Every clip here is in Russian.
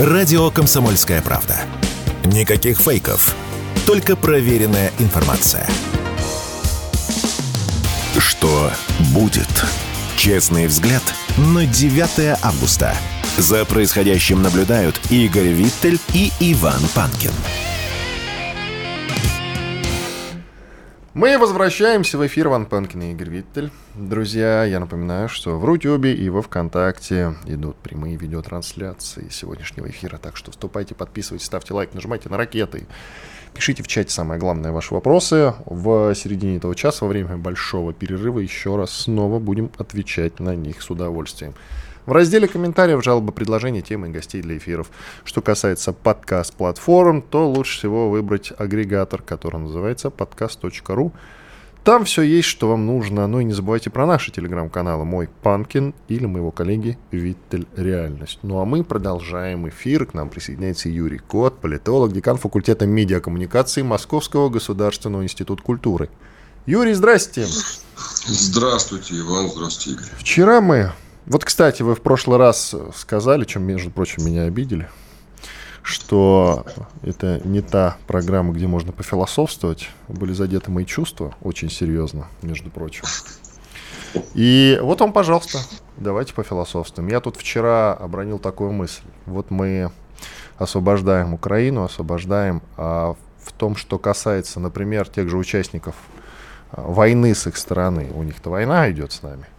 Радио «Комсомольская правда». Никаких фейков, только проверенная информация. Что будет? Честный взгляд на 9 августа. За происходящим наблюдают Игорь Виттель и Иван Панкин. Мы возвращаемся в эфир. Иван Панкин и Игорь Виттель. Друзья, я напоминаю, что в Рутюбе и во Вконтакте идут прямые видеотрансляции сегодняшнего эфира. Так что вступайте, подписывайтесь, ставьте лайк, нажимайте на ракеты. Пишите в чате, самое главное, ваши вопросы. В середине этого часа, во время большого перерыва, еще раз снова будем отвечать на них с удовольствием. В разделе комментариев, жалобы, предложения, темы и гостей для эфиров. Что касается подкаст-платформ, то лучше всего выбрать агрегатор, который называется podcast.ru. Там все есть, что вам нужно. Ну и не забывайте про наши телеграм-каналы «Мой Панкин» или моего коллеги «Виттель. Реальность». Ну а мы продолжаем эфир. К нам присоединяется Юрий Кот, политолог, декан факультета медиакоммуникации Московского государственного института культуры. Юрий, здрасте. Здравствуйте, Иван. Здравствуйте, Игорь. Вчера мы... Вот, кстати, вы в прошлый раз сказали, чем, между прочим, меня обидели, что это не та программа, где можно пофилософствовать. Были задеты мои чувства очень серьезно, между прочим. И вот вам, пожалуйста, давайте пофилософствуем. Я тут вчера обронил такую мысль. Вот мы освобождаем Украину, освобождаем, а в том, что касается, например, тех же участников войны с их стороны, у них-то война идет с нами,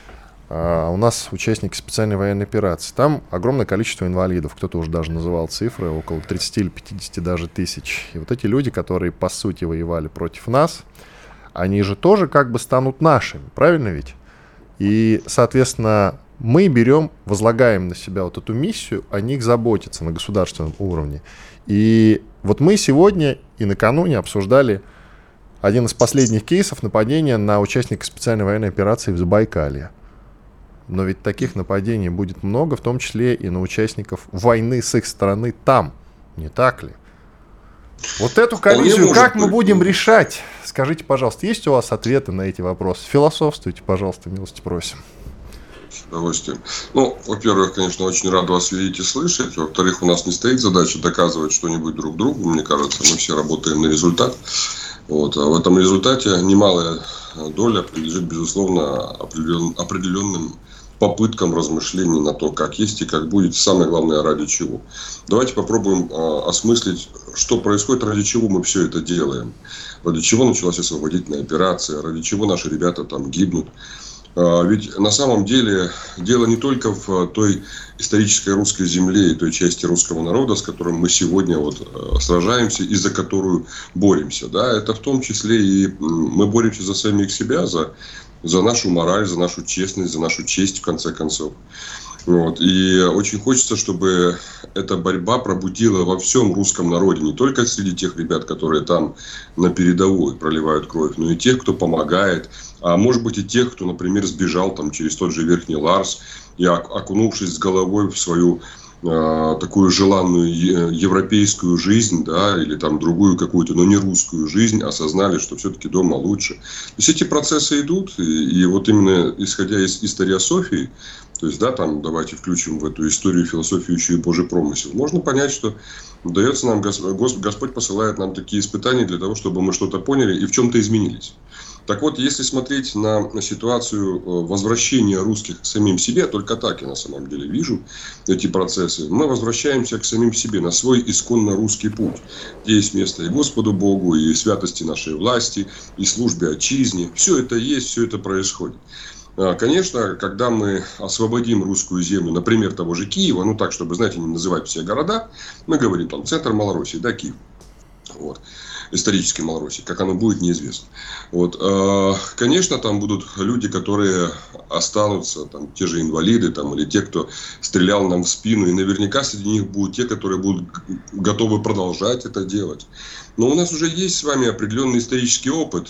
а у нас участники специальной военной операции. Там огромное количество инвалидов. Кто-то уже даже называл цифры, около 30 или 50 даже тысяч. И вот эти люди, которые по сути воевали против нас, они же тоже как бы станут нашими. Правильно ведь? И, соответственно, мы берем, возлагаем на себя вот эту миссию о них заботиться на государственном уровне. И вот мы сегодня и накануне обсуждали один из последних кейсов нападения на участника специальной военной операции в Забайкалье. Но ведь таких нападений будет много, в том числе и на участников войны с их стороны там. Не так ли? Вот эту коллизию как мы будем решать? Скажите, пожалуйста, есть у вас ответы на эти вопросы? Философствуйте, пожалуйста, милости просим. С удовольствием. Ну, во-первых, конечно, очень рад вас видеть и слышать. Во-вторых, у нас не стоит задача доказывать что-нибудь друг другу. Мне кажется, мы все работаем на результат. Вот. А в этом результате немалая доля принадлежит, безусловно, определенным попыткам размышлений на то, как есть и как будет, самое главное, ради чего. Давайте попробуем осмыслить, что происходит, ради чего мы все это делаем. Ради чего началась освободительная операция, ради чего наши ребята там гибнут. Ведь на самом деле дело не только в той исторической русской земле и той части русского народа, с которым мы сегодня сражаемся и за которую боремся. Да? Это в том числе и мы боремся за самих себя, за нашу мораль, за нашу честность, за нашу честь, в конце концов. Вот. И очень хочется, чтобы эта борьба пробудила во всем русском народе, не только среди тех ребят, которые там на передовой проливают кровь, но и тех, кто помогает, а может быть и тех, кто, например, сбежал там через тот же Верхний Ларс и, окунувшись с головой в свою такую желанную европейскую жизнь, да, или там другую какую-то, но не русскую жизнь, осознали, что все-таки дома лучше. То есть эти процессы идут, и вот именно исходя из историософии, то есть, да, там давайте включим в эту историю философию еще и Божий промысел, можно понять, что дается нам Господь посылает нам такие испытания для того, чтобы мы что-то поняли и в чем-то изменились. Так вот, если смотреть на ситуацию возвращения русских к самим себе, только так я на самом деле вижу эти процессы, мы возвращаемся к самим себе на свой исконно русский путь, где есть место и Господу Богу, и святости нашей власти, и службе отчизне. Все это есть, все это происходит. Конечно, когда мы освободим русскую землю, например, того же Киева, ну так, чтобы, знаете, не называть все города, мы говорим там центр Малороссии, да, Киев. Вот. Исторической Малороссии, как оно будет, неизвестно. Вот. Конечно, там будут люди, которые останутся, там, те же инвалиды, там, или те, кто стрелял нам в спину, и наверняка среди них будут те, которые будут готовы продолжать это делать. Но у нас уже есть с вами определенный исторический опыт,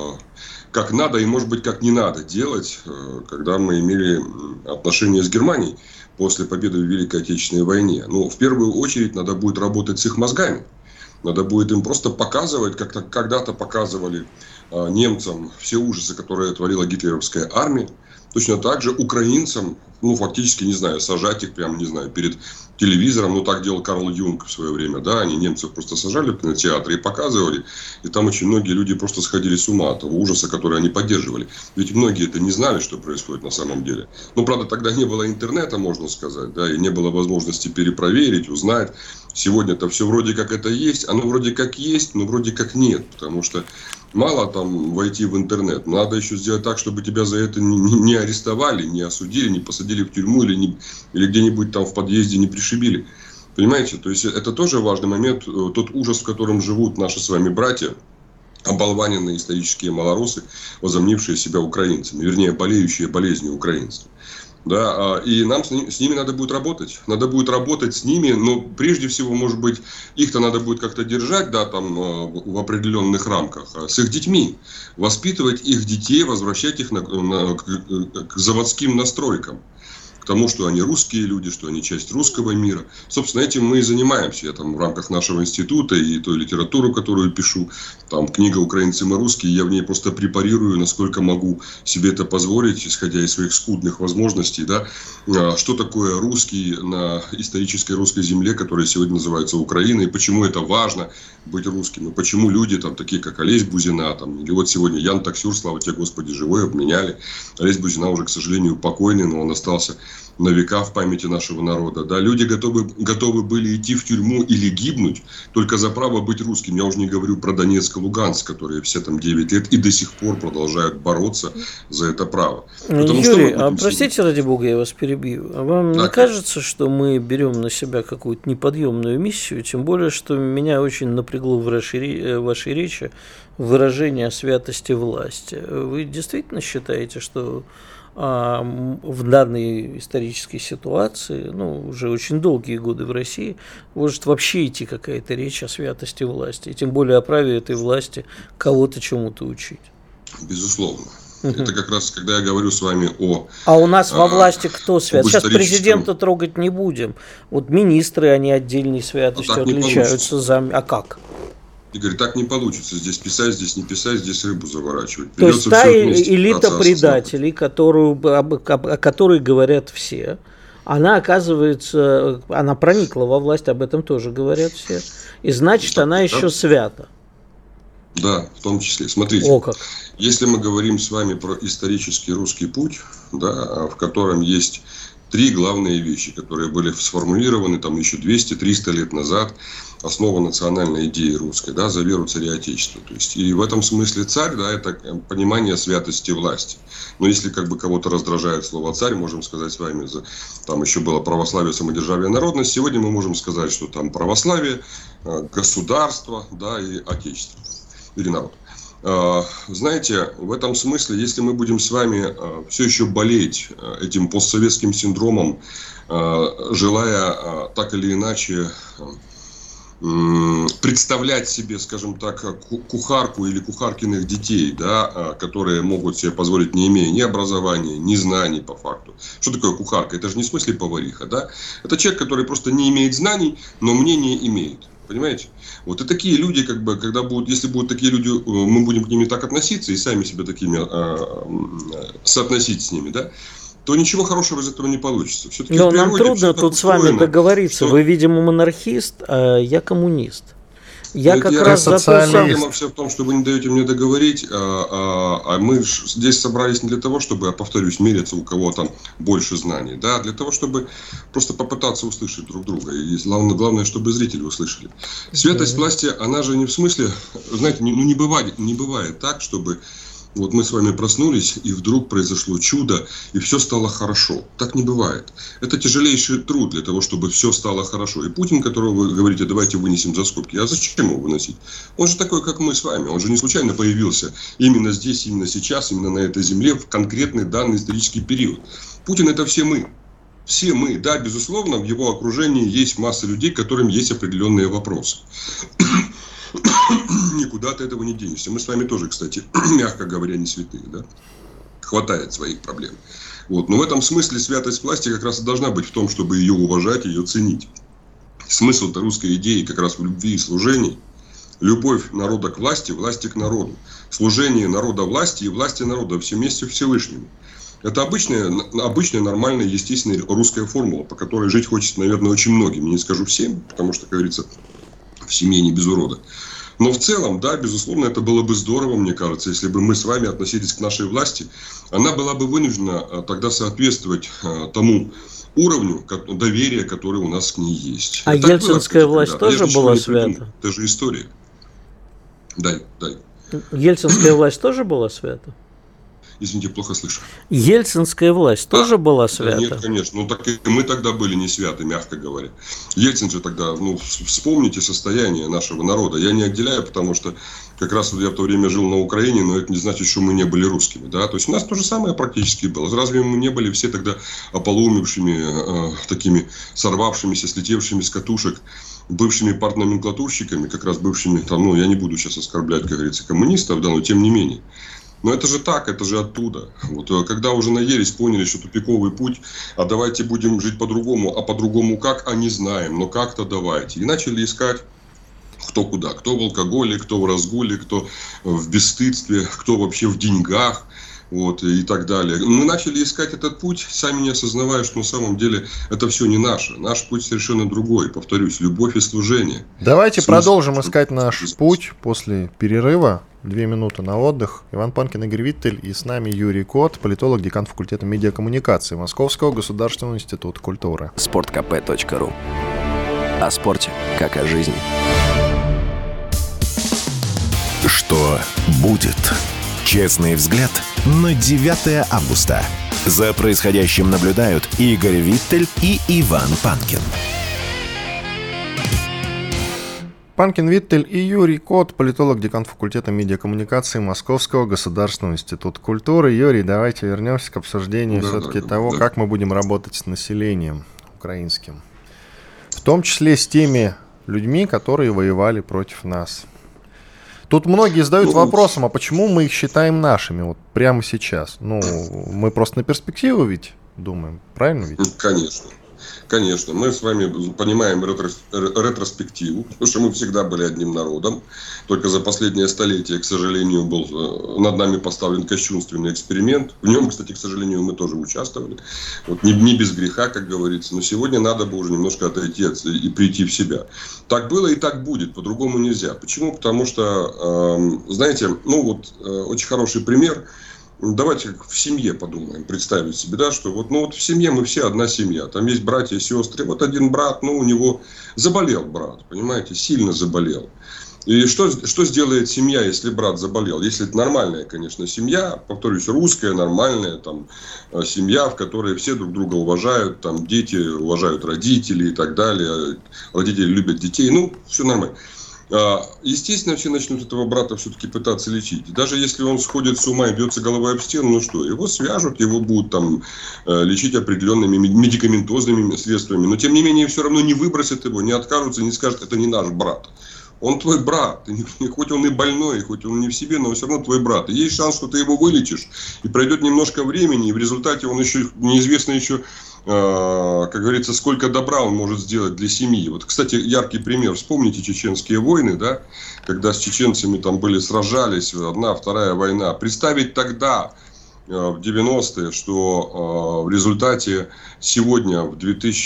как надо и, может быть, как не надо делать, когда мы имели отношения с Германией после победы в Великой Отечественной войне. Ну, в первую очередь, надо будет работать с их мозгами. Надо будет им просто показывать, как когда-то показывали немцам все ужасы, которые творила гитлеровская армия. Точно так же украинцам фактически, не знаю, сажать их прямо, не знаю, перед телевизором. Так делал Карл Юнг в свое время, да, они немцев просто сажали в кинотеатре и показывали, и там очень многие люди просто сходили с ума от того ужаса, который они поддерживали. Ведь многие это не знали, что происходит на самом деле. Правда, тогда не было интернета, можно сказать, да, и не было возможности перепроверить, узнать. Сегодня это все вроде как это есть, оно вроде как есть, но вроде как нет, потому что мало там войти в интернет, надо еще сделать так, чтобы тебя за это не арестовали, не осудили, не посадили в тюрьму или где-нибудь там в подъезде не пришибили. Понимаете? То есть это тоже важный момент, тот ужас, в котором живут наши с вами братья, оболваненные исторические малорусы, возомнившие себя украинцами, вернее, болеющие болезнью украинцев. Да, и нам с ними надо будет работать. Надо будет работать с ними, но прежде всего, может быть, их-то надо будет как-то держать, да, там, в определенных рамках, с их детьми. Воспитывать их детей, возвращать их к заводским настройкам. К тому, что они русские люди, что они часть русского мира. Собственно, этим мы и занимаемся. Я там в рамках нашего института и той литературы, которую пишу, там книга «Украинцы мы русские», я в ней просто препарирую, насколько могу себе это позволить, исходя из своих скудных возможностей, да, что такое русский на исторической русской земле, которая сегодня называется Украиной, и почему это важно быть русским, и почему люди, там, такие как Олесь Бузина, там, или вот сегодня Ян Таксюр, слава тебе Господи, живой, обменяли. Олесь Бузина уже, к сожалению, покойный, но он остался на века в памяти нашего народа. Да, люди готовы были идти в тюрьму или гибнуть только за право быть русским. Я уже не говорю про Донецк и Луганск, которые все там 9 лет и до сих пор продолжают бороться за это право. Потому Юрий, простите, ради бога, я вас перебью. А вам не кажется, что мы берем на себя какую-то неподъемную миссию? Тем более, что меня очень напрягло в вашей речи выражение о святости власти. Вы действительно считаете, что в данной исторической ситуации, уже очень долгие годы в России, может вообще идти какая-то речь о святости власти, и тем более о праве этой власти кого-то чему-то учить? Безусловно. Это как раз, когда я говорю с вами о... А у нас во власти кто свят? Сейчас президента трогать не будем. Вот министры, они отдельной святостью отличаются. А как? Игорь, так не получится. Здесь писать, здесь не писать, здесь рыбу заворачивать. То есть та элита предателей, о которой говорят все, она, оказывается, она проникла во власть, об этом тоже говорят все. И значит, она еще свята. Да, в том числе. Смотрите, если мы говорим с вами про исторический русский путь, да, в котором есть 3 главные вещи, которые были сформулированы там еще 200-300 лет назад, основа национальной идеи русской, да, за веру царя Отечества. То есть, и в этом смысле царь, да, это понимание святости власти. Но если как бы кого-то раздражает слово царь, можем сказать с вами, там еще было православие, самодержавие, народность. Сегодня мы можем сказать, что там православие, государство, да, и отечество, или народ. Знаете, в этом смысле, если мы будем с вами все еще болеть этим постсоветским синдромом, желая так или иначе представлять себе, скажем так, кухарку или кухаркиных детей, да, которые могут себе позволить, не имея ни образования, ни знаний по факту. Что такое кухарка? Это же не в смысле повариха, да? Это человек, который просто не имеет знаний, но мнение имеет. Понимаете? Вот и такие люди, как бы, когда будут, если будут такие люди, мы будем к ним так относиться и сами себя такими соотносить с ними, да, то ничего хорошего из этого не получится. Все-таки но нам трудно тут с вами договориться. Что... Вы, видимо, монархист, а я коммунист. Я как раз за то, проблема вся в том, что вы не даете мне договорить, а мы здесь собрались не для того, чтобы, я повторюсь, мериться, у кого там больше знаний, да, для того, чтобы просто попытаться услышать друг друга. И главное, чтобы зрители услышали. Святость власти, она же не в смысле, знаете, не бывает так, чтобы вот мы с вами проснулись, и вдруг произошло чудо, и все стало хорошо. Так не бывает. Это тяжелейший труд для того, чтобы все стало хорошо. И Путин, которого вы говорите, давайте вынесем за скобки. А зачем его выносить? Он же такой, как мы с вами. Он же не случайно появился именно здесь, именно сейчас, именно на этой земле в конкретный данный исторический период. Путин – это все мы. Все мы. Да, безусловно, в его окружении есть масса людей, которым есть определенные вопросы. Никуда ты этого не денешься. Мы с вами тоже, кстати, мягко говоря, не святые, да? Хватает своих проблем. Вот. Но в этом смысле святость власти как раз и должна быть в том, чтобы ее уважать, ее ценить. Смысл-то русской идеи как раз в любви и служении. Любовь народа к власти, власти к народу. Служение народа власти и власти народа все вместе Всевышнему. Это обычная, нормальная, естественная русская формула, по которой жить хочется, наверное, очень многим. Не скажу всем, потому что, как говорится, в семье не без урода. Но в целом, да, безусловно, это было бы здорово, мне кажется, если бы мы с вами относились к нашей власти. Она была бы вынуждена тогда соответствовать тому уровню доверия, который у нас к ней есть. А ельцинская власть тоже была свята? Это же история. Дай. Ельцинская власть тоже была свята? Извините, плохо слышу. Ельцинская власть тоже была свята? Нет, конечно. Ну, так и мы тогда были не святы, мягко говоря. Ельцин же тогда, вспомните состояние нашего народа. Я не отделяю, потому что как раз я в то время жил на Украине, но это не значит, что мы не были русскими. Да? То есть у нас то же самое практически было. Разве мы не были все тогда ополоумевшими, такими сорвавшимися, слетевшими с катушек, бывшими партноменклатурщиками, как раз бывшими, я не буду сейчас оскорблять, как говорится, коммунистов, да, но тем не менее. Но это же так, это же оттуда. Вот, когда уже наелись, поняли, что тупиковый путь, а давайте будем жить по-другому, а по-другому как, не знаем, но как-то давайте. И начали искать кто куда, кто в алкоголе, кто в разгуле, кто в бесстыдстве, кто вообще в деньгах. Вот, и так далее. Мы начали искать этот путь, сами не осознавая, что на самом деле это все не наше. Наш путь совершенно другой. Повторюсь, любовь и служение. Давайте продолжим искать наш путь после перерыва. 2 минуты на отдых. Иван Панкин, Игорь Виттель, и с нами Юрий Кот, политолог, декан факультета медиакоммуникации Московского государственного института культуры. Sportkp.ru. О спорте, как о жизни. Что будет? Честный взгляд на 9 августа. За происходящим наблюдают Игорь Виттель и Иван Панкин. Панкин, Виттель и Юрий Кот, политолог, декан факультета медиакоммуникации Московского государственного института культуры. Юрий, давайте вернемся к обсуждению того, как мы будем работать с населением украинским. В том числе с теми людьми, которые воевали против нас. Тут многие задают вопросом, а почему мы их считаем нашими вот прямо сейчас? Мы просто на перспективу ведь думаем, правильно ведь? Конечно, мы с вами понимаем ретроспективу, потому что мы всегда были одним народом. Только за последнее столетие, к сожалению, был над нами поставлен кощунственный эксперимент. В нем, кстати, к сожалению, мы тоже участвовали. Вот не без греха, как говорится. Но сегодня надо бы уже немножко отойти и прийти в себя. Так было и так будет, по-другому нельзя. Почему? Потому что, знаете, очень хороший пример. Давайте в семье подумаем, представить себе, да, что в семье мы все одна семья, там есть братья и сестры, вот один брат, у него заболел брат, понимаете, сильно заболел. И что сделает семья, если брат заболел? Если это нормальная, конечно, семья, повторюсь, русская, нормальная, семья, в которой все друг друга уважают, дети уважают родителей и так далее, родители любят детей, все нормально. Естественно, все начнут этого брата все-таки пытаться лечить. Даже если он сходит с ума и бьется головой об стену, его свяжут, его будут лечить определенными медикаментозными средствами. Но, тем не менее, все равно не выбросят его, не откажутся, не скажут, это не наш брат. Он твой брат. Хоть он и больной, хоть он не в себе, но все равно твой брат. И есть шанс, что ты его вылечишь. И пройдет немножко времени, и в результате он еще, неизвестно еще, как говорится, сколько добра он может сделать для семьи. Вот, кстати, яркий пример. Вспомните чеченские войны, да? Когда с чеченцами сражались, одна, вторая война. Представить тогда, в 90-е, что в результате сегодня, в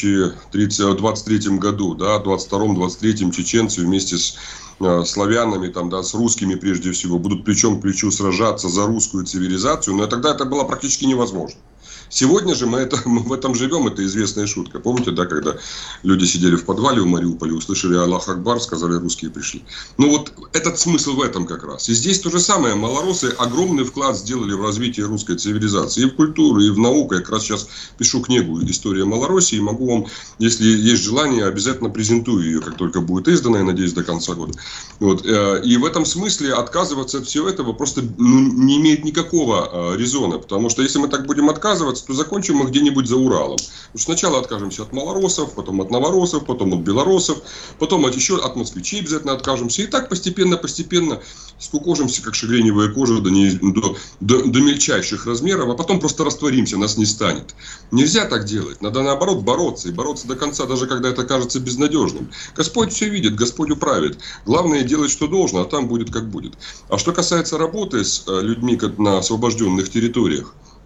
2023 году, да, 22-23 чеченцы вместе с славянами, с русскими прежде всего, будут плечом к плечу сражаться за русскую цивилизацию, но тогда это было практически невозможно. Сегодня же мы в этом живем, это известная шутка. Помните, да, когда люди сидели в подвале в Мариуполе, услышали Аллах Акбар, сказали, русские пришли. Этот смысл в этом как раз. И здесь то же самое. Малороссы огромный вклад сделали в развитие русской цивилизации. И в культуру, и в науку. Я как раз сейчас пишу книгу «История Малороссии». И могу вам, если есть желание, обязательно презентую ее, как только будет издана, я надеюсь, до конца года. И в этом смысле отказываться от всего этого просто не имеет никакого резона. Потому что если мы так будем отказываться, то закончим мы где-нибудь за Уралом. Сначала откажемся от малороссов, потом от новороссов, потом от белорусов, потом еще от москвичей обязательно откажемся. И так постепенно скукожимся, как шагреневая кожа, до мельчайших размеров, а потом просто растворимся, нас не станет. Нельзя так делать. Надо, наоборот, бороться. И бороться до конца, даже когда это кажется безнадежным. Господь все видит, Господь управит. Главное делать, что должно, а там будет, как будет. А что касается работы с людьми на освобожденных территориях,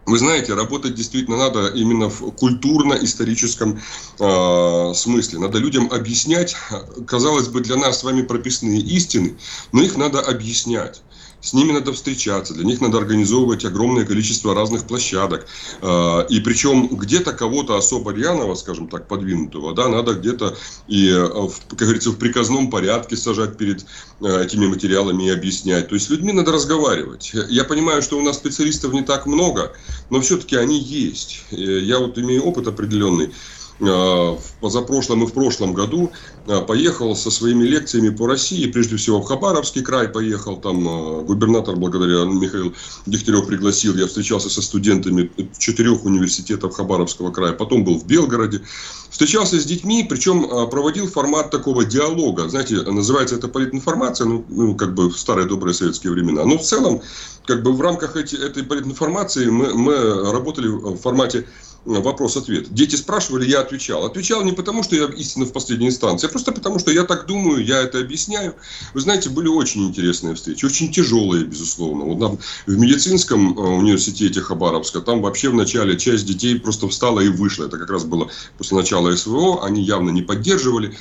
Вы знаете, работать действительно надо именно в культурно-историческом смысле. Надо людям объяснять, казалось бы, для нас с вами прописные истины, но их надо объяснять. С ними надо встречаться, для них надо организовывать огромное количество разных площадок. И причем где-то кого-то особо рьяного, скажем так, подвинутого, да, надо где-то и, как говорится, в приказном порядке сажать перед этими материалами и объяснять. То есть с людьми надо разговаривать. Я понимаю, что у нас специалистов не так много, но все-таки они есть. Я вот имею опыт определенный. В позапрошлом и в прошлом году поехал со своими лекциями по России, прежде всего в Хабаровский край поехал, там губернатор благодаря Михаилу Дегтярев пригласил, я встречался со студентами 4 университетов Хабаровского края, потом был в Белгороде, встречался с детьми, причем проводил формат такого диалога, знаете, называется это политинформация, ну как бы в старые добрые советские времена, но в целом, как бы в рамках этой политинформации мы работали в формате вопрос-ответ. Дети спрашивали, я отвечал. Отвечал не потому, что я истина в последней инстанции, а просто потому, что я так думаю, я это объясняю. Вы знаете, были очень интересные встречи, очень тяжелые, безусловно. Вот нам в медицинском университете Хабаровска, там вообще вначале часть детей просто встала и вышла. Это как раз было после начала СВО, они явно не поддерживали.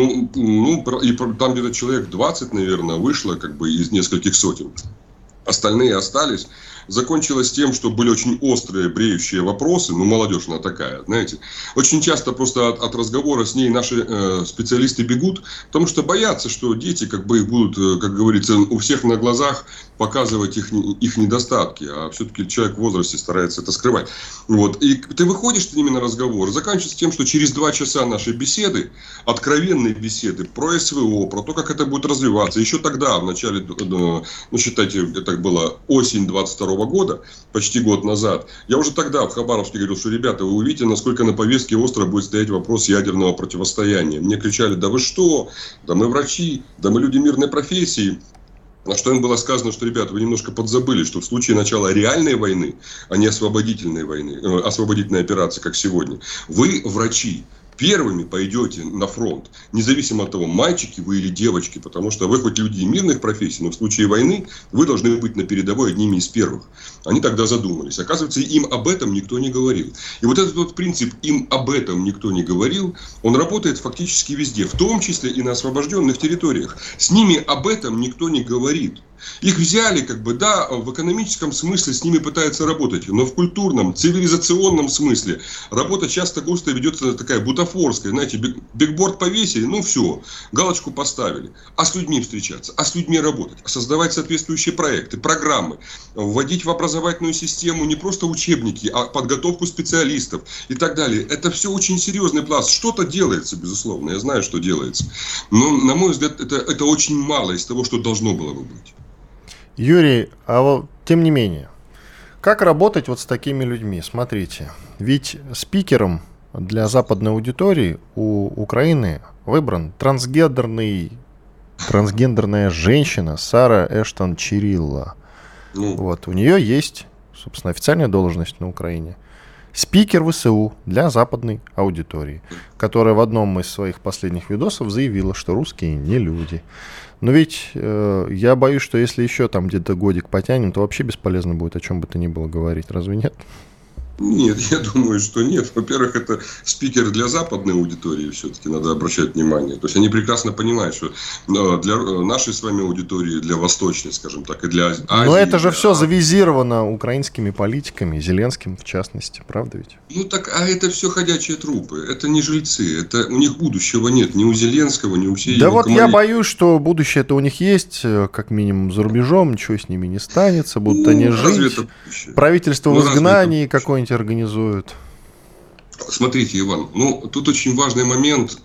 И там где-то человек 20, наверное, вышло как бы из нескольких сотен. Остальные остались. Закончилось тем, что были очень острые, бреющие вопросы. Ну, молодежь она такая, знаете. Очень часто просто от разговора с ней наши специалисты бегут, потому что боятся, что дети как бы их будут, как говорится, у всех на глазах показывать их недостатки. А все-таки человек в возрасте старается это скрывать. Вот. И ты выходишь с ними на разговор, заканчивается тем, что через 2 часа нашей беседы, откровенной беседы про СВО, про то, как это будет развиваться. Еще тогда, в начале, ну, считайте, это было осень 22 года, почти год назад, я уже тогда в Хабаровске говорил, что, ребята, вы увидите, насколько на повестке остро будет стоять вопрос ядерного противостояния. Мне кричали, да вы что, да мы врачи, да мы люди мирной профессии. На что им было сказано, что, ребята, вы немножко подзабыли, что в случае начала реальной войны, а не освободительной войны, освободительной операции, как сегодня, вы, врачи, первыми пойдете на фронт, независимо от того, мальчики вы или девочки, потому что вы хоть люди мирных профессий, но в случае войны вы должны быть на передовой одними из первых. Они тогда задумались. Оказывается, им об этом никто не говорил. И вот этот вот принцип «им об этом никто не говорил», он работает фактически везде, в том числе и на освобожденных территориях. С ними об этом никто не говорит. Их взяли, как бы, да, в экономическом смысле с ними пытаются работать, но в культурном, цивилизационном смысле работа часто густо ведется такая бутафорская, знаете, бигборд повесили, ну все, галочку поставили. А с людьми встречаться, а с людьми работать, создавать соответствующие проекты, программы, вводить в образовательную систему не просто учебники, а подготовку специалистов и так далее. Это все очень серьезный пласт. Что-то делается, безусловно, я знаю, что делается. Но, на мой взгляд, это очень мало из того, что должно было бы быть. Юрий, а вот, тем не менее, как работать вот с такими людьми? Смотрите, ведь спикером для западной аудитории у Украины выбран трансгендерная женщина Сара Эштон Чирилла. Вот, у нее есть, собственно, официальная должность на Украине. Спикер ВСУ для западной аудитории, которая в одном из своих последних видосов заявила, что русские не люди. Но ведь я боюсь, что если еще там где-то годик потянем, то вообще бесполезно будет о чем бы то ни было говорить. Разве нет? Нет, я думаю, что нет. Во-первых, это спикер для западной аудитории, все-таки надо обращать внимание. То есть они прекрасно понимают, что для нашей с вами аудитории, для восточной, скажем так, и для Азии. Но это же все завизировано украинскими политиками, Зеленским в частности, правда ведь? Ну так, а это все ходячие трупы, это не жильцы, это у них будущего нет, ни у Зеленского, ни у всей Да его вот команды. я боюсь, что будущее-то у них есть, как минимум за рубежом, ничего с ними не станется, будут они жить. Правительство в изгнании какое-нибудь организуют. Смотрите, Иван, ну тут очень важный момент.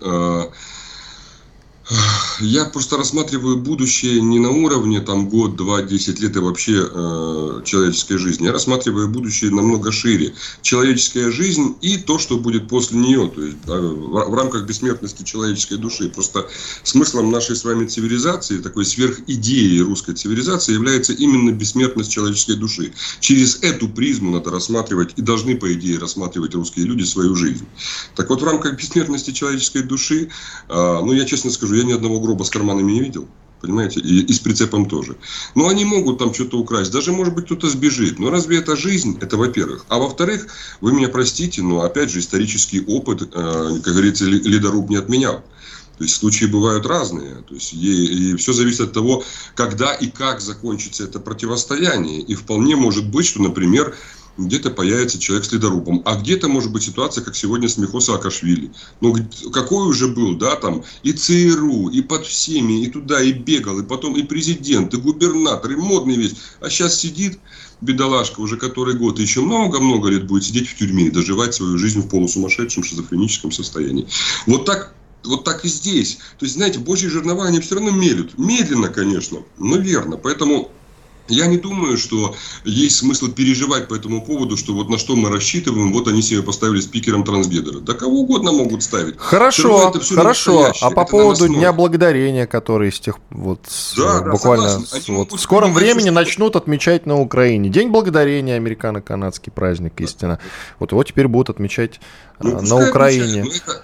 Я просто рассматриваю будущее не на уровне там год, 2, 10 лет и вообще человеческой жизни. Я рассматриваю будущее намного шире. Человеческая жизнь и то, что будет после нее. То есть в рамках бессмертности человеческой души. Просто смыслом нашей с вами цивилизации, такой сверхидеей русской цивилизации является именно бессмертность человеческой души. Через эту призму надо рассматривать и должны, по идее, рассматривать русские люди свою жизнь. Так вот, в рамках бессмертности человеческой души, ну я честно скажу, я ни одного гроба с карманами не видел. Понимаете? И с прицепом тоже. Но они могут там что-то украсть. Даже, может быть, кто-то сбежит. Но разве это жизнь? Это во-первых. А во-вторых, вы меня простите, но, опять же, исторический опыт, как говорится, ледоруб не отменял. То есть случаи бывают разные. То есть, и все зависит от того, когда и как закончится это противостояние. И вполне может быть, что, например, где-то появится человек с ледорубом, а где-то может быть ситуация, как сегодня с Михо Саакашвили. Ну, какой уже был, да, там и ЦРУ, и под всеми, и туда, и бегал, и потом и президент, и губернатор, и модный весь. А сейчас сидит бедолашка уже который год, и еще много-много лет будет сидеть в тюрьме и доживать свою жизнь в полусумасшедшем шизофреническом состоянии. Вот так и здесь. То есть, знаете, божьи жернова, они все равно мелют. Медленно, конечно, но верно. Поэтому я не думаю, что есть смысл переживать по этому поводу, что вот на что мы рассчитываем, вот они себе поставили спикером трансгендера. Да кого угодно могут ставить. Хорошо. А по поводу Дня Благодарения, который с тех буквально в скором времени начнут отмечать на Украине. День Благодарения, американо-канадский праздник, истина. Вот его теперь будут отмечать на Украине.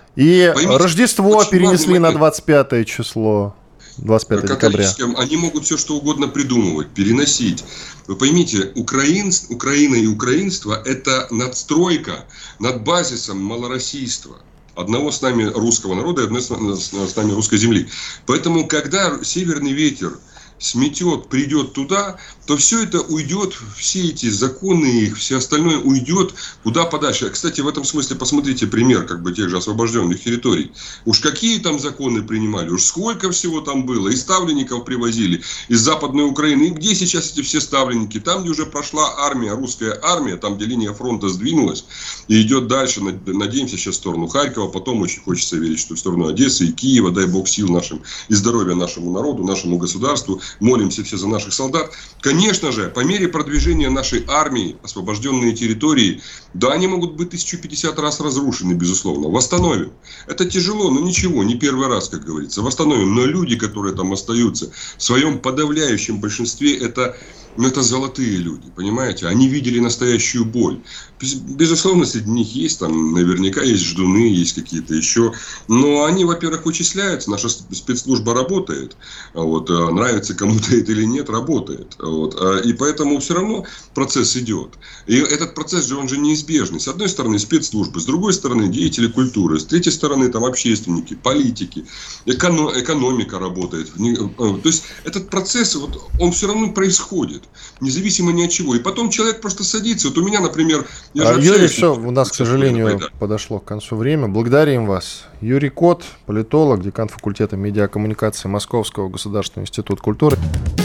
И Рождество перенесли на 25 число. 25 декабря. Они могут все что угодно придумывать, переносить. Вы поймите, Украина и украинство – это надстройка над базисом малороссийства. Одного с нами русского народа и одного с нами русской земли. Поэтому, когда северный ветер сметет, придет туда, то все это уйдет, все эти законы, их, все остальное уйдет куда подальше. Кстати, в этом смысле посмотрите пример тех же освобожденных территорий. Уж какие там законы принимали, уж сколько всего там было. И ставленников привозили из Западной Украины. И где сейчас эти все ставленники? Там, где уже прошла армия, русская армия, там, где линия фронта сдвинулась и идет дальше. Надеемся сейчас в сторону Харькова, потом очень хочется верить, что в сторону Одессы и Киева. Дай Бог сил нашим и здоровья нашему народу, нашему государству. Молимся все за наших солдат. Конечно же, по мере продвижения нашей армии, освобожденные территории, да, они могут быть 1050 раз разрушены, безусловно. Восстановим. Это тяжело, но ничего, не первый раз, как говорится. Восстановим. Но люди, которые там остаются, в своем подавляющем большинстве, это золотые люди, понимаете? Они видели настоящую боль. Безусловно, среди них есть, там, наверняка есть ждуны, есть какие-то еще. Но они, во-первых, вычисляются. Наша спецслужба работает. Нравится кому-то это или нет, работает. И поэтому все равно процесс идет. И этот процесс же, он же неизбежный. С одной стороны, спецслужбы, с другой стороны, деятели культуры, с третьей стороны, там, общественники, политики, экономика работает. То есть, этот процесс, он все равно происходит. Независимо ни от чего. И потом человек просто садится. Вот у меня, например... Юрий, все, у нас, к сожалению, подошло к концу время. Благодарим вас. Юрий Кот, политолог, декан факультета медиакоммуникации Московского государственного института культуры.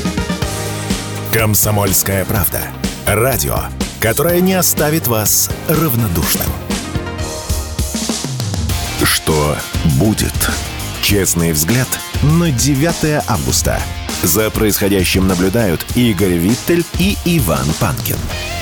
«Комсомольская правда». Радио, которое не оставит вас равнодушным. Что будет? Честный взгляд на 9 августа. За происходящим наблюдают Игорь Виттель и Иван Панкин.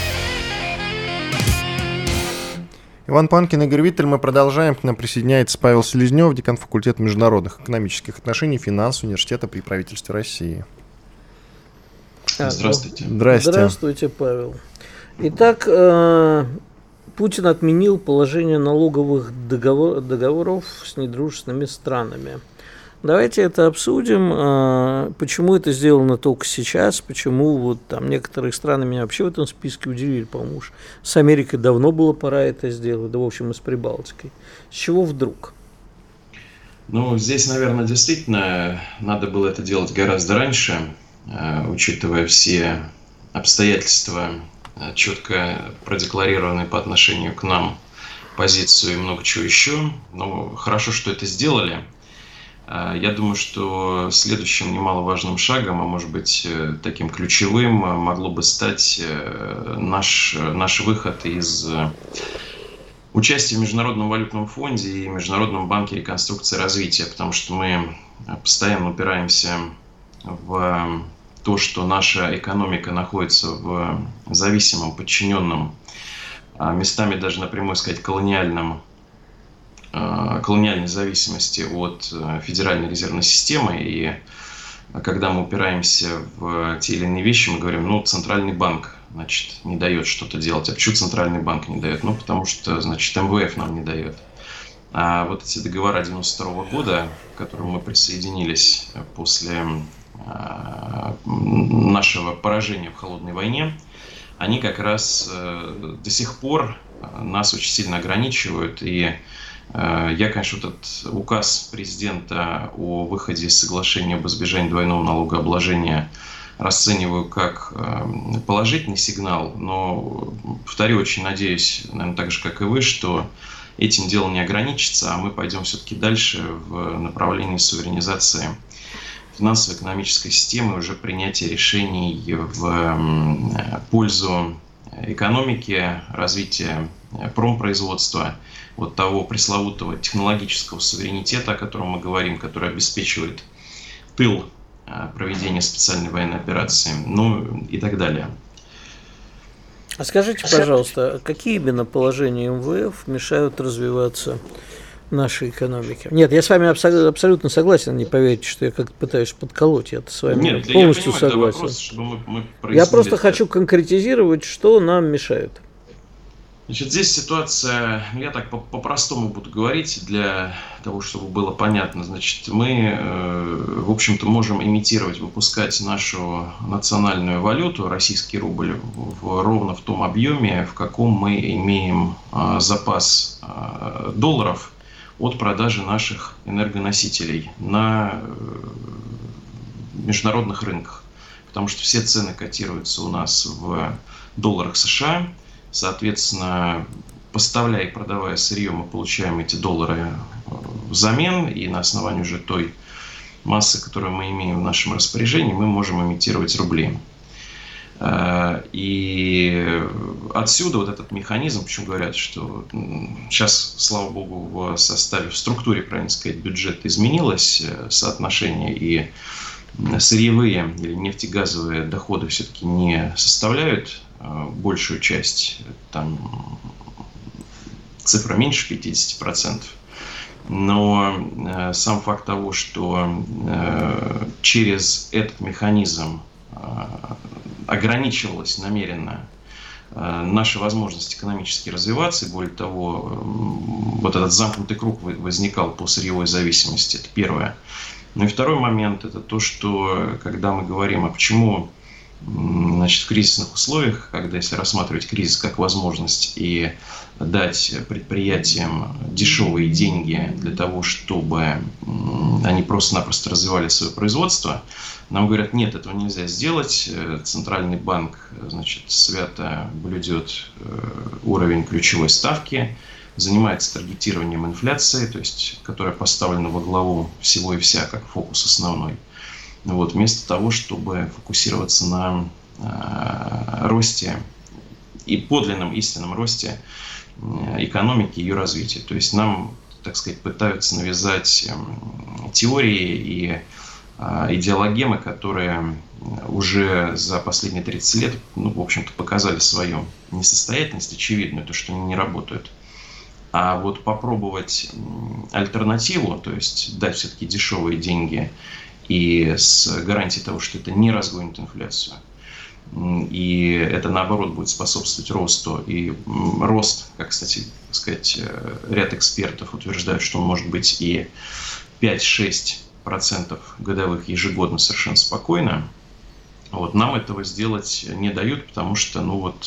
Иван Панкин, Игорь Виттель. Мы продолжаем. К нам присоединяется Павел Селезнев, декан факультета международных экономических отношений Финансового университета при правительстве России. Здравствуйте. Здравствуйте, Павел. Итак, Путин отменил положение налоговых договоров с недружественными странами. Давайте это обсудим, почему это сделано только сейчас, почему там некоторые страны меня вообще в этом списке удивили, по-моему, с Америкой давно было пора это сделать, да, в общем, и с Прибалтикой. С чего вдруг? Здесь, наверное, действительно надо было это делать гораздо раньше, учитывая все обстоятельства, четко продекларированные по отношению к нам, позицию и много чего еще. Но хорошо, что это сделали. Я думаю, что следующим немаловажным шагом, а может быть таким ключевым, могло бы стать наш выход из участия в Международном валютном фонде и Международном банке реконструкции и развития, потому что мы постоянно упираемся в то, что наша экономика находится в зависимом, подчиненном, местами даже напрямую сказать, колониальной зависимости от Федеральной резервной системы. И когда мы упираемся в те или иные вещи, мы говорим, Центральный банк, значит, не дает что-то делать. А почему Центральный банк не дает? Потому что, значит, МВФ нам не дает. А вот эти договора 92 года, к которым мы присоединились после нашего поражения в холодной войне, они как раз до сих пор нас очень сильно ограничивают. И я, конечно, вот этот указ президента о выходе из соглашения об избежании двойного налогообложения расцениваю как положительный сигнал, но, повторю, очень надеюсь, наверное, так же, как и вы, что этим дело не ограничится, а мы пойдем все-таки дальше в направлении суверенизации финансово-экономической системы, уже принятия решений в пользу экономики, развития промпроизводства, вот того пресловутого технологического суверенитета, о котором мы говорим, который обеспечивает тыл проведения специальной военной операции, ну и так далее. А скажите, пожалуйста, какие именно положения МВФ мешают развиваться нашей экономике? Нет, я с вами абсолютно согласен, не поверите, что я как-то пытаюсь подколоть, я с вами полностью согласен. Вопрос, чтобы мы я просто хочу конкретизировать, что нам мешает. Значит, здесь ситуация, я так по-простому буду говорить, для того, чтобы было понятно. Значит, мы, в общем-то, можем имитировать, выпускать нашу национальную валюту, российский рубль, ровно в том объеме, в каком мы имеем запас долларов от продажи наших энергоносителей на международных рынках. Потому что все цены котируются у нас в долларах США. Соответственно, поставляя и продавая сырье, мы получаем эти доллары взамен, и на основании уже той массы, которую мы имеем в нашем распоряжении, мы можем имитировать рубли. И отсюда вот этот механизм, почему говорят, что сейчас, слава богу, в составе, в структуре, правильно сказать, бюджета изменилось соотношение, и сырьевые или нефтегазовые доходы все-таки не составляют большую часть, там цифра меньше 50%. Но сам факт того, что через этот механизм ограничивалась намеренно наши возможности экономически развиваться, и более того, вот этот замкнутый круг возникал по сырьевой зависимости, это первое. Ну и второй момент, это то, что когда мы говорим, а почему, значит, в кризисных условиях, когда если рассматривать кризис как возможность и дать предприятиям дешевые деньги для того, чтобы они просто-напросто развивали свое производство, нам говорят, нет, этого нельзя сделать. Центральный банк, значит, свято блюдет уровень ключевой ставки, занимается таргетированием инфляции, то есть, которая поставлена во главу всего и вся, как фокус основной. Вот, вместо того, чтобы фокусироваться на росте и подлинном истинном росте экономики и ее развития. То есть нам, так сказать, пытаются навязать теории и идеологемы, которые уже за последние 30 лет, ну, в общем-то, показали свою несостоятельность очевидную, то, что они не работают. А вот попробовать альтернативу, то есть дать все-таки дешевые деньги и с гарантией того, что это не разгонит инфляцию, и это, наоборот, будет способствовать росту. И рост, как, кстати, сказать, ряд экспертов утверждают, что он может быть и 5-6% годовых ежегодно совершенно спокойно. Вот, нам этого сделать не дают, потому что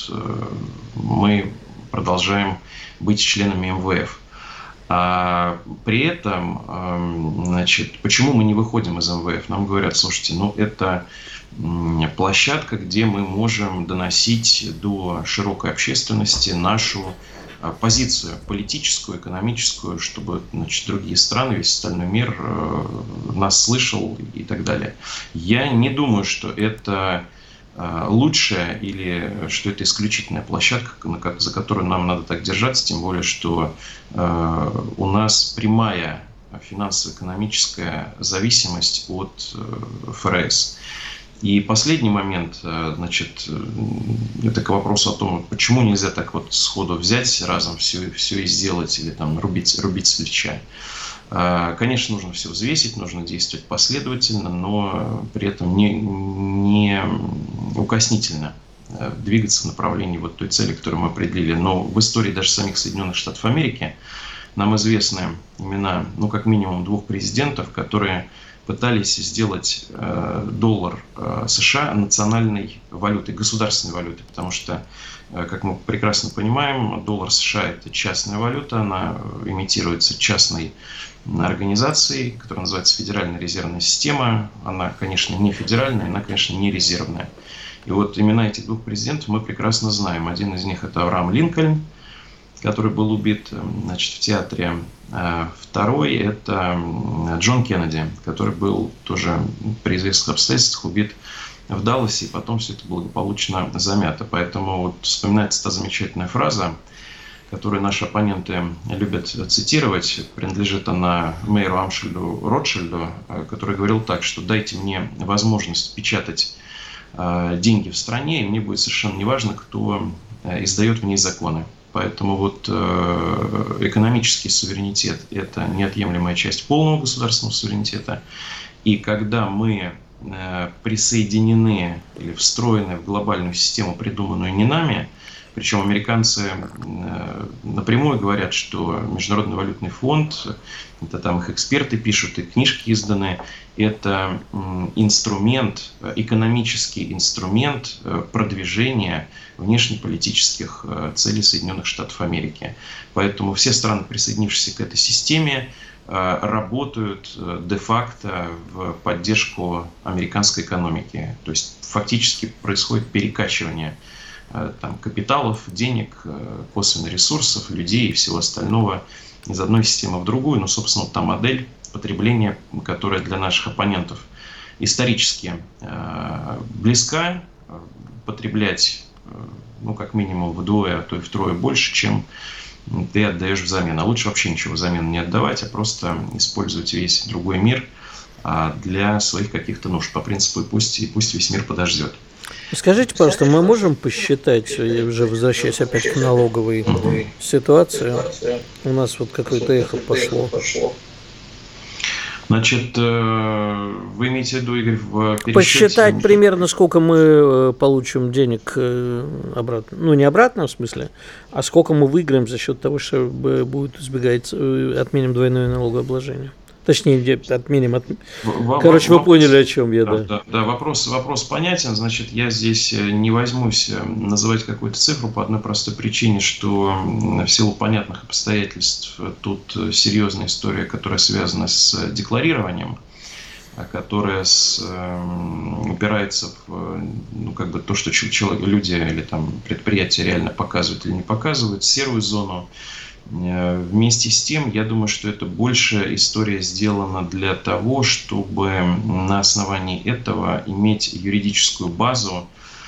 мы продолжаем быть членами МВФ. А при этом, значит, почему мы не выходим из МВФ? Нам говорят, слушайте, это площадка, где мы можем доносить до широкой общественности нашу позицию политическую, экономическую, чтобы, значит, другие страны, весь остальной мир нас слышал и так далее. Я не думаю, что это лучшая или что это исключительная площадка, за которую нам надо так держаться, тем более, что у нас прямая финансово-экономическая зависимость от ФРС. И последний момент, значит, это к вопросу о том, почему нельзя так вот сходу взять разом все и сделать или там рубить с плеча. Конечно, нужно все взвесить, нужно действовать последовательно, но при этом не укоснительно двигаться в направлении вот той цели, которую мы определили. Но в истории даже самих Соединенных Штатов Америки нам известны имена, как минимум, 2 президентов, которые пытались сделать доллар США национальной валютой, государственной валютой, потому что, как мы прекрасно понимаем, доллар США – это частная валюта, она имитируется частной организацией, которая называется Федеральная резервная система. Она, конечно, не федеральная, она, конечно, не резервная. И вот имена этих двух президентов мы прекрасно знаем. Один из них – это Авраам Линкольн, который был убит, значит, в театре. Второй – это Джон Кеннеди, который был тоже при известных обстоятельствах убит в Далласе, и потом все это благополучно замято. Поэтому вот вспоминается та замечательная фраза, которую наши оппоненты любят цитировать. Принадлежит она мэру Амшельду Ротшильду, который говорил так, что дайте мне возможность печатать деньги в стране, и мне будет совершенно неважно, кто издает в ней законы. Поэтому вот экономический суверенитет – это неотъемлемая часть полного государственного суверенитета. И когда мы присоединены или встроены в глобальную систему, придуманную не нами, причем американцы напрямую говорят, что Международный валютный фонд, это там их эксперты пишут, и книжки изданы, это инструмент, экономический инструмент продвижения внешнеполитических целей Соединенных Штатов Америки. Поэтому все страны, присоединившиеся к этой системе, работают де-факто в поддержку американской экономики. То есть фактически происходит перекачивание там, капиталов, денег, косвенных ресурсов, людей и всего остального из одной системы в другую. Но, собственно, та модель потребления, которая для наших оппонентов исторически близка, потреблять, ну, как минимум вдвое, а то и втрое больше, чем ты отдаешь взамен. А лучше вообще ничего взамен не отдавать, а просто использовать весь другой мир для своих каких-то нужд. По принципу пусть весь мир подождет. Скажите, пожалуйста, мы можем посчитать, я уже возвращаюсь опять к налоговой ситуации, у нас вот какое-то эхо пошло. Значит, вы имеете в виду, Игорь, в пересчете... Посчитать примерно, сколько мы получим денег обратно. Ну, не обратно, в смысле, а сколько мы выиграем за счет того, что будет избегать, отменим двойное налогообложение. Точнее, отменим. Короче, вы поняли, о чем я, да. Да, вопрос понятен. Значит, я здесь не возьмусь называть какую-то цифру по одной простой причине, что в силу понятных обстоятельств тут серьезная история, которая связана с декларированием, которая упирается в ну, как бы то, что люди или там, предприятия реально показывают или не показывают, серую зону. Вместе с тем, я думаю, что это больше история сделана для того, чтобы на основании этого иметь юридическую базу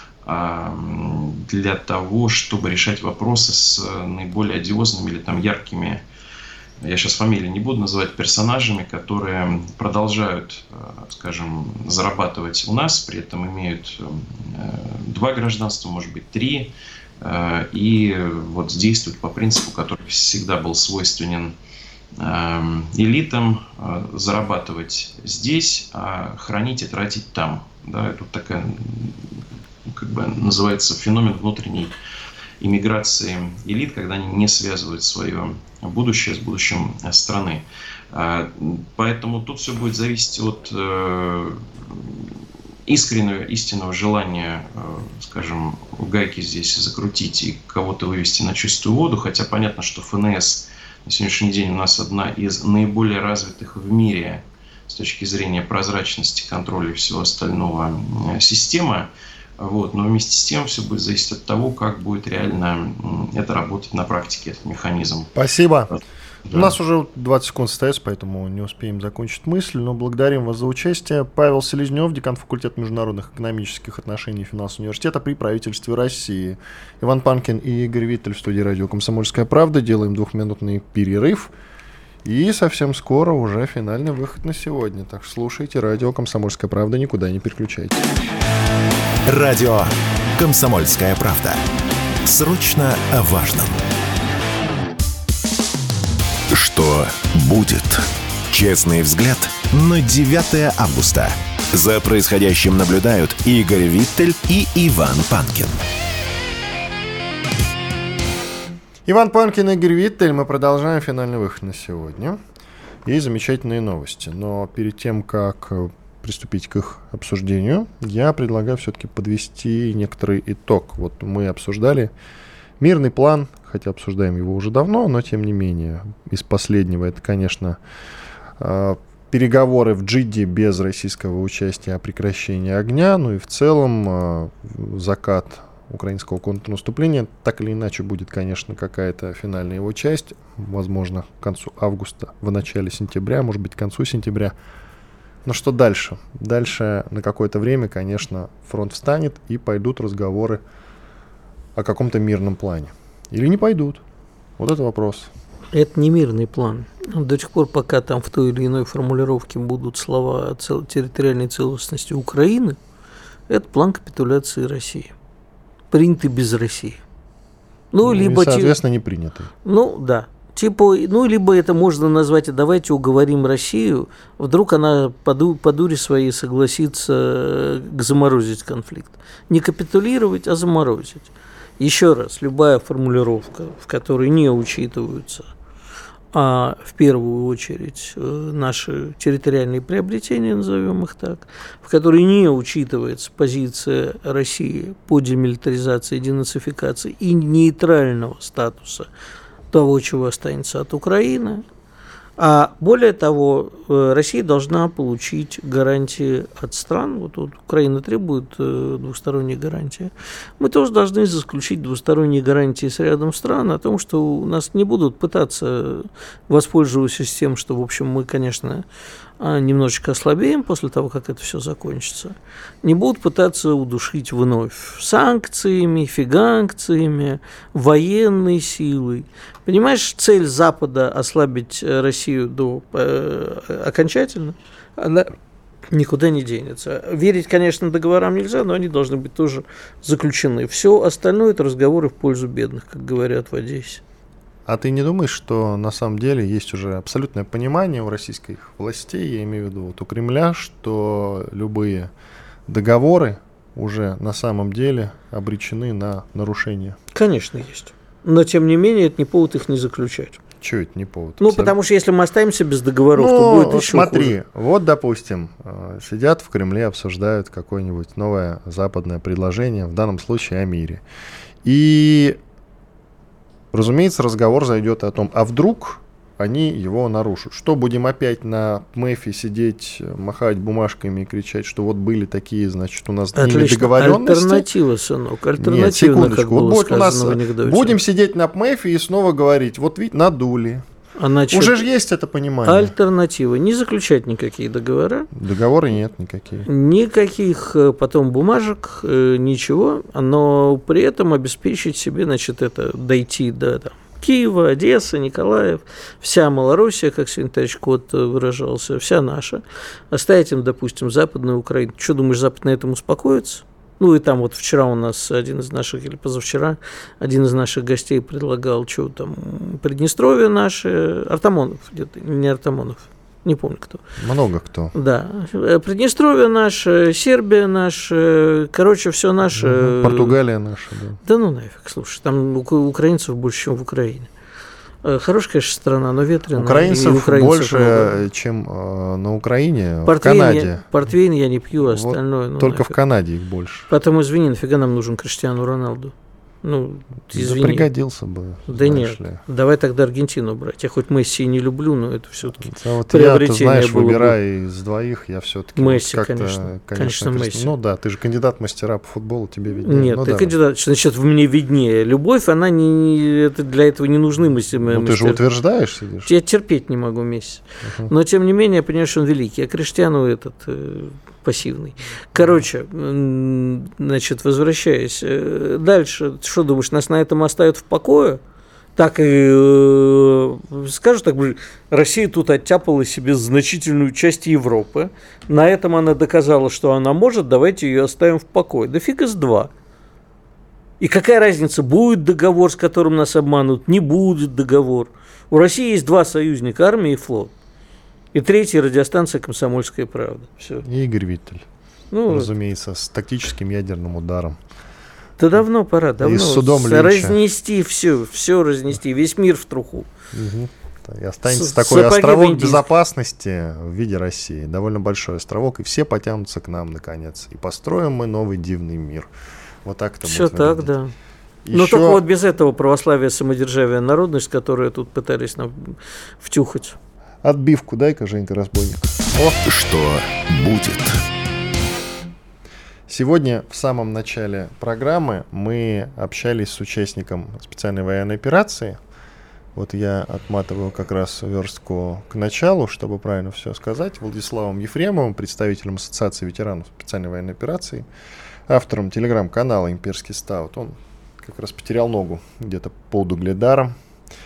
для того, чтобы решать вопросы с наиболее одиозными или там яркими, я сейчас фамилии не буду называть, персонажами, которые продолжают, скажем, зарабатывать у нас, при этом имеют 2 гражданства, может быть 3, и вот действуют по принципу, который всегда был свойственен элитам: зарабатывать здесь, а хранить и тратить там. Да, это такая, как бы называется, феномен внутренней иммиграции элит, когда они не связывают свое будущее с будущим страны. Поэтому тут все будет зависеть от истинного желания, скажем, гайки здесь закрутить и кого-то вывести на чистую воду, хотя понятно, что ФНС на сегодняшний день у нас одна из наиболее развитых в мире с точки зрения прозрачности, контроля и всего остального система. Вот. Но вместе с тем все будет зависеть от того, как будет реально это работать на практике, этот механизм. Спасибо. Да. У нас уже 20 секунд остается, поэтому не успеем закончить мысль, но благодарим вас за участие. Павел Селезнев, декан факультета международных экономических отношений и финансового университета при правительстве России. Иван Панкин и Игорь Виттель в студии радио «Комсомольская правда». Делаем 2-минутный перерыв. И совсем скоро уже финальный выход на сегодня. Так что слушайте радио «Комсомольская правда», никуда не переключайтесь. Радио «Комсомольская правда». Срочно о важном. Что будет? Честный взгляд на 9 августа. За происходящим наблюдают Игорь Виттель и Иван Панкин. Иван Панкин и Игорь Виттель. Мы продолжаем финальный выход на сегодня. есть замечательные новости. Но перед тем, как приступить к их обсуждению, я предлагаю все-таки подвести некоторый итог. Вот мы обсуждали мирный план, хотя обсуждаем его уже давно, но тем не менее. Из последнего это, конечно, переговоры в Джидде без российского участия о прекращении огня, ну и в целом закат украинского контрнаступления. Так или иначе будет, конечно, какая-то финальная его часть, возможно, к концу августа, в начале сентября, может быть, к концу сентября. Но что дальше? Дальше на какое-то время, конечно, фронт встанет и пойдут разговоры о каком-то мирном плане. Или не пойдут? Вот это вопрос. Это не мирный план. До тех пор, пока там в той или иной формулировке будут слова о территориальной целостности Украины, это план капитуляции России. Принятый без России. Либо, соответственно, не принятый. Да. Либо это можно назвать, давайте уговорим Россию, вдруг она по дуре своей согласится заморозить конфликт. Не капитулировать, а заморозить. Еще раз, любая формулировка, в которой не учитываются, а в первую очередь наши территориальные приобретения, назовем их так, в которой не учитывается позиция России по демилитаризации, денацификации и нейтрального статуса того, чего останется от Украины. А более того, Россия должна получить гарантии от стран. Вот Украина требует двусторонней гарантии. Мы тоже должны заключить двусторонние гарантии с рядом стран о том, что у нас не будут пытаться воспользоваться тем, что, в общем, мы, конечно, немножечко ослабеем после того, как это все закончится. Не будут пытаться удушить вновь санкциями, фиганкциями, военной силой. Понимаешь, цель Запада ослабить Россию окончательно, она никуда не денется. Верить, конечно, договорам нельзя, но они должны быть тоже заключены. Все остальное – это разговоры в пользу бедных, как говорят в Одессе. А ты не думаешь, что на самом деле есть уже абсолютное понимание у российских властей, я имею в виду у Кремля, что любые договоры уже на самом деле обречены на нарушение? Конечно, есть. Но, тем не менее, это не повод их не заключать. Чего это не повод? Потому что если мы останемся без договоров, то будет еще смотри, хуже. Вот, допустим, сидят в Кремле, обсуждают какое-нибудь новое западное предложение, в данном случае о мире. И, разумеется, разговор зайдет о том, а вдруг они его нарушат. Что, будем опять на МЭФе сидеть, махать бумажками и кричать, что вот были такие, значит, у нас договоренности? Альтернатива, сынок, альтернативно. Нет, секундочку, как было вот у нас в анекдоте. Будем сидеть на МЭФе и снова говорить, вот ведь надули. Уже же есть это понимание. Альтернатива. Не заключать никакие договора. Договоры нет никакие. Никаких потом бумажек, ничего, но при этом обеспечить себе, значит, дойти до Киева, Одесса, Николаев, вся Малороссия, как сегодня товарищ Кот выражался, вся наша. Оставить им, допустим, Западную Украину. Что, думаешь, Запад на этом успокоится? И там вот вчера у нас или позавчера, один из наших гостей предлагал, что там, Приднестровье наше, Артамонов где-то, не Артамонов, не помню кто. Много кто. Да. Приднестровье наше, Сербия наша, короче, все наше. Португалия наша, да. Да ну нафиг, слушай, там украинцев больше, чем в Украине. Хорошая, конечно, страна, но ветреная. Украинцев больше, много. Чем на Украине, в Канаде. Портвейн я не пью, остальное. Вот только нафиг. В Канаде их больше. Поэтому, извини, нафига нам нужен Криштиану Роналду? Извини. Да пригодился бы. Да нет, давай тогда Аргентину брать. Я хоть Месси не люблю, но это все-таки приобретение. Я, ты знаешь, выбирай из двоих, я все-таки Месси, конечно, Месси. Ты же кандидат мастера по футболу, тебе виднее. Нет, ты кандидат, значит, в мне виднее. Любовь, она для этого не нужны мастера. Ты же утверждаешь, сидишь. Я терпеть не могу Месси. Но, тем не менее, я понимаю, что он великий. А Криштиану пассивный. Короче, значит, возвращаясь дальше, что думаешь, нас на этом оставят в покое? Так и скажут, так, Россия тут оттяпала себе значительную часть Европы. На этом она доказала, что она может, давайте ее оставим в покое. Да фиг из два. И какая разница, будет договор, с которым нас обманут, не будет договор. У России есть два союзника, армия и флот. И третья радиостанция «Комсомольская правда». Все. И Игорь Виттель. Разумеется, с тактическим ядерным ударом. Да давно пора, давно. И с судом Линча. Разнести все разнести, весь мир в труху. И останется такой островок безопасности в виде России. Довольно большой островок, и все потянутся к нам, наконец. И построим мы новый дивный мир. Вот так это все будет выглядеть. Так, да. Но только вот без этого православие, самодержавие, народность, которую тут пытались нам втюхать. Отбивку дай-ка, Женька Разбойник. Что будет? Сегодня в самом начале программы мы общались с участником специальной военной операции. Вот я отматываю как раз верстку к началу, чтобы правильно все сказать. Владиславом Ефремовым, представителем Ассоциации ветеранов специальной военной операции, автором телеграм-канала «Имперский стаут». Он как раз потерял ногу где-то под Угледаром.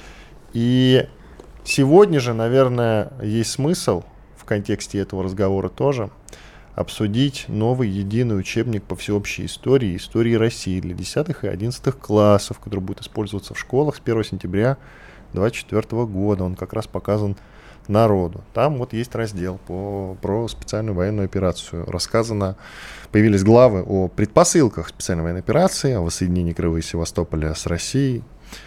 И сегодня же, наверное, есть смысл в контексте этого разговора тоже обсудить новый единый учебник по всеобщей истории России для 10 и 11 классов, который будет использоваться в школах с 1 сентября 2024 года. Он как раз показан народу. Там вот есть раздел про специальную военную операцию. Появились главы о предпосылках специальной военной операции, о воссоединении Крыма и Севастополя с Россией.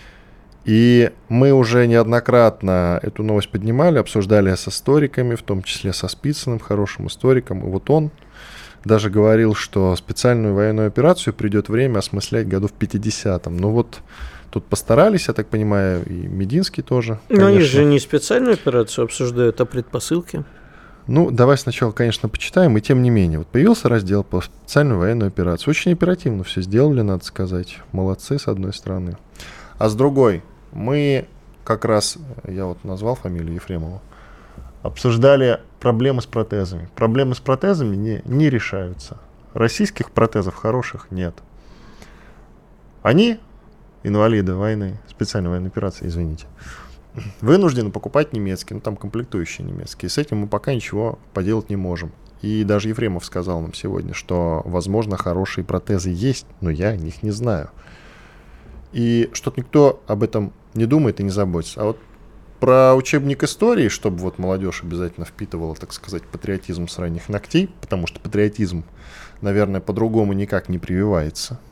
И мы уже неоднократно эту новость поднимали, обсуждали с историками, в том числе со Спицыным, хорошим историком. И вот он даже говорил, что специальную военную операцию придет время осмыслять году в 50-м. Ну вот тут постарались, я так понимаю, и Мединский тоже. Но они же не специальную операцию обсуждают, а предпосылки. Ну, давай сначала, конечно, почитаем, и тем не менее. Вот появился раздел по специальную военную операцию. Очень оперативно все сделали, надо сказать. Молодцы, с одной стороны. А с другой, мы как раз, я вот назвал фамилию Ефремова, обсуждали проблемы с протезами. Проблемы с протезами не решаются. Российских протезов хороших нет. Они, инвалиды войны, специальной военной операции, извините, вынуждены покупать немецкие, ну там комплектующие немецкие. С этим мы пока ничего поделать не можем. И даже Ефремов сказал нам сегодня, что, возможно, хорошие протезы есть, но я о них не знаю. И что-то никто об этом не думает и не заботится. А вот про учебник истории, чтобы вот молодежь обязательно впитывала, так сказать, патриотизм с ранних ногтей, потому что патриотизм, наверное, по-другому никак не прививается.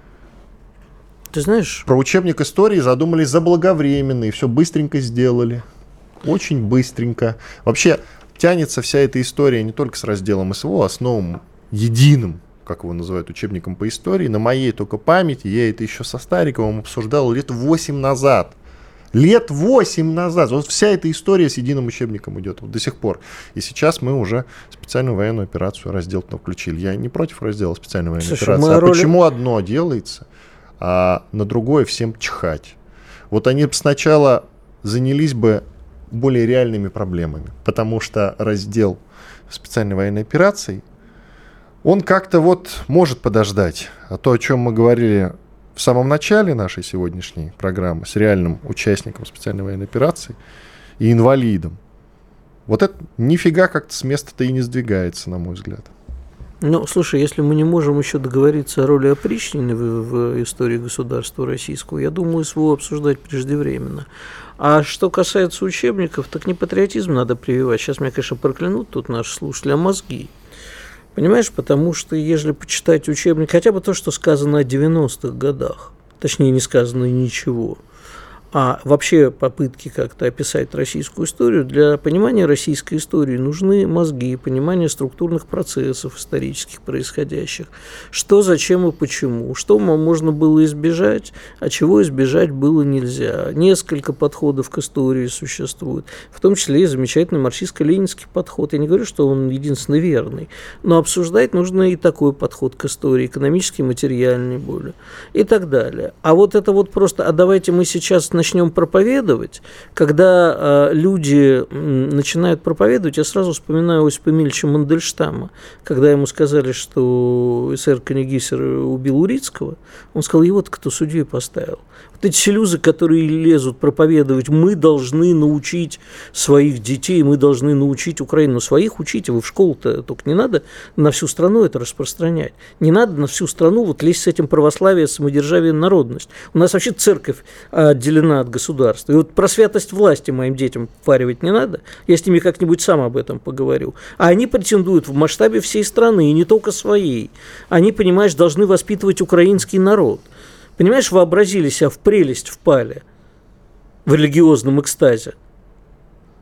Ты знаешь... Про учебник истории задумались заблаговременно и все быстренько сделали. Очень быстренько. Вообще тянется вся эта история не только с разделом СВО, а с новым единым, как его называют, учебником по истории. На моей только памяти, я это еще со Стариковым обсуждал лет 8 назад. Лет 8 назад. Вот вся эта история с единым учебником идет вот до сих пор. И сейчас мы уже специальную военную операцию раздел-то включили. Я не против раздела специальной военной операции. А почему одно делается, а на другое всем чихать? Вот они сначала занялись бы более реальными проблемами. Потому что раздел специальной военной операции, он как-то вот может подождать. А то, о чем мы говорили в самом начале нашей сегодняшней программы с реальным участником специальной военной операции и инвалидом, вот это нифига как-то с места-то и не сдвигается, на мой взгляд. Ну, слушай, если мы не можем еще договориться о роли опричнины в истории государства российского, я думаю, СВО обсуждать преждевременно. А что касается учебников, так не патриотизм надо прививать. Сейчас меня, конечно, проклянут тут наши слушатели, а мозги. Понимаешь, потому что, если почитать учебник, хотя бы то, что сказано о 90-х годах, точнее, не сказано ничего, а вообще попытки как-то описать российскую историю, для понимания российской истории нужны мозги, понимание структурных процессов исторических происходящих, что, зачем и почему, что можно было избежать, а чего избежать было нельзя. Несколько подходов к истории существует, в том числе и замечательный марксистско-ленинский подход. Я не говорю, что он единственно верный, но обсуждать нужно и такой подход к истории, экономический, материальный более, и так далее. А вот это вот просто, а давайте мы сейчас начнем проповедовать, когда люди начинают проповедовать, я сразу вспоминаю Осипа Эмильевича Мандельштама, когда ему сказали, что эсэр Княгиссер убил Урицкого, он сказал, его-то кто судьей поставил. Вот эти селюзы, которые лезут проповедовать, мы должны научить своих детей, мы должны научить Украину. Но своих учите, вы в школу-то только не надо на всю страну это распространять. Не надо на всю страну вот лезть с этим православие, самодержавие, народность. У нас вообще церковь отделена от государства. И вот про святость власти моим детям впаривать не надо. Я с ними как-нибудь сам об этом поговорю. А они претендуют в масштабе всей страны, и не только своей. Они, понимаешь, должны воспитывать украинский народ. Понимаешь, вообразили себя в прелесть впали в религиозном экстазе.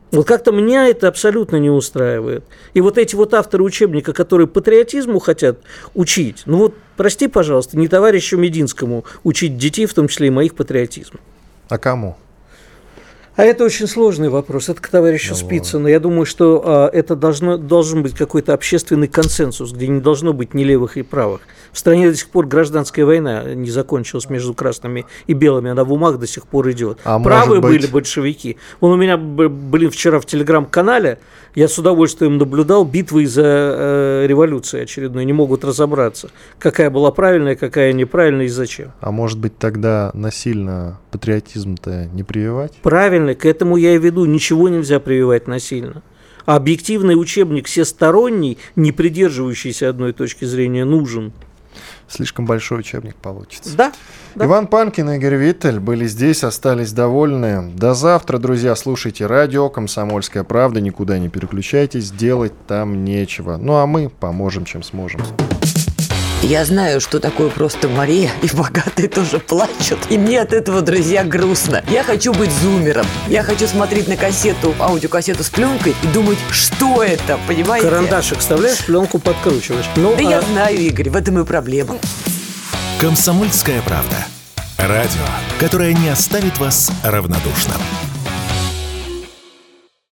Вот как-то меня это абсолютно не устраивает. И вот эти вот авторы учебника, которые патриотизму хотят учить, ну вот, прости, пожалуйста, не товарищу Мединскому учить детей, в том числе и моих, патриотизму. А кому? А это очень сложный вопрос. Это к товарищу Спицыну. Я думаю, что это должен быть какой-то общественный консенсус, где не должно быть ни левых, ни правых. В стране до сих пор гражданская война не закончилась между красными и белыми. Она в умах до сих пор идет. Правые были большевики. Вон у меня, вчера в телеграм-канале, я с удовольствием наблюдал битвы из-за революции очередной. Не могут разобраться, какая была правильная, какая неправильная и зачем. А может быть, тогда насильно патриотизм-то не прививать? Правильно, к этому я и веду. Ничего нельзя прививать насильно. А объективный учебник, всесторонний, не придерживающийся одной точки зрения, нужен. Слишком большой учебник получится. Да. Иван Панкин и Игорь Виттель были здесь, остались довольны. До завтра, друзья. Слушайте радио «Комсомольская правда». Никуда не переключайтесь, делать там нечего. Ну, а мы поможем, чем сможем. Я знаю, что такое просто Мария, и богатые тоже плачут. И мне от этого, друзья, грустно. Я хочу быть зумером. Я хочу смотреть на кассету, аудиокассету с пленкой и думать, что это, понимаете? Карандашик вставляешь, пленку подкручиваешь. Я знаю, Игорь, в этом и проблема. «Комсомольская правда». Радио, которое не оставит вас равнодушным.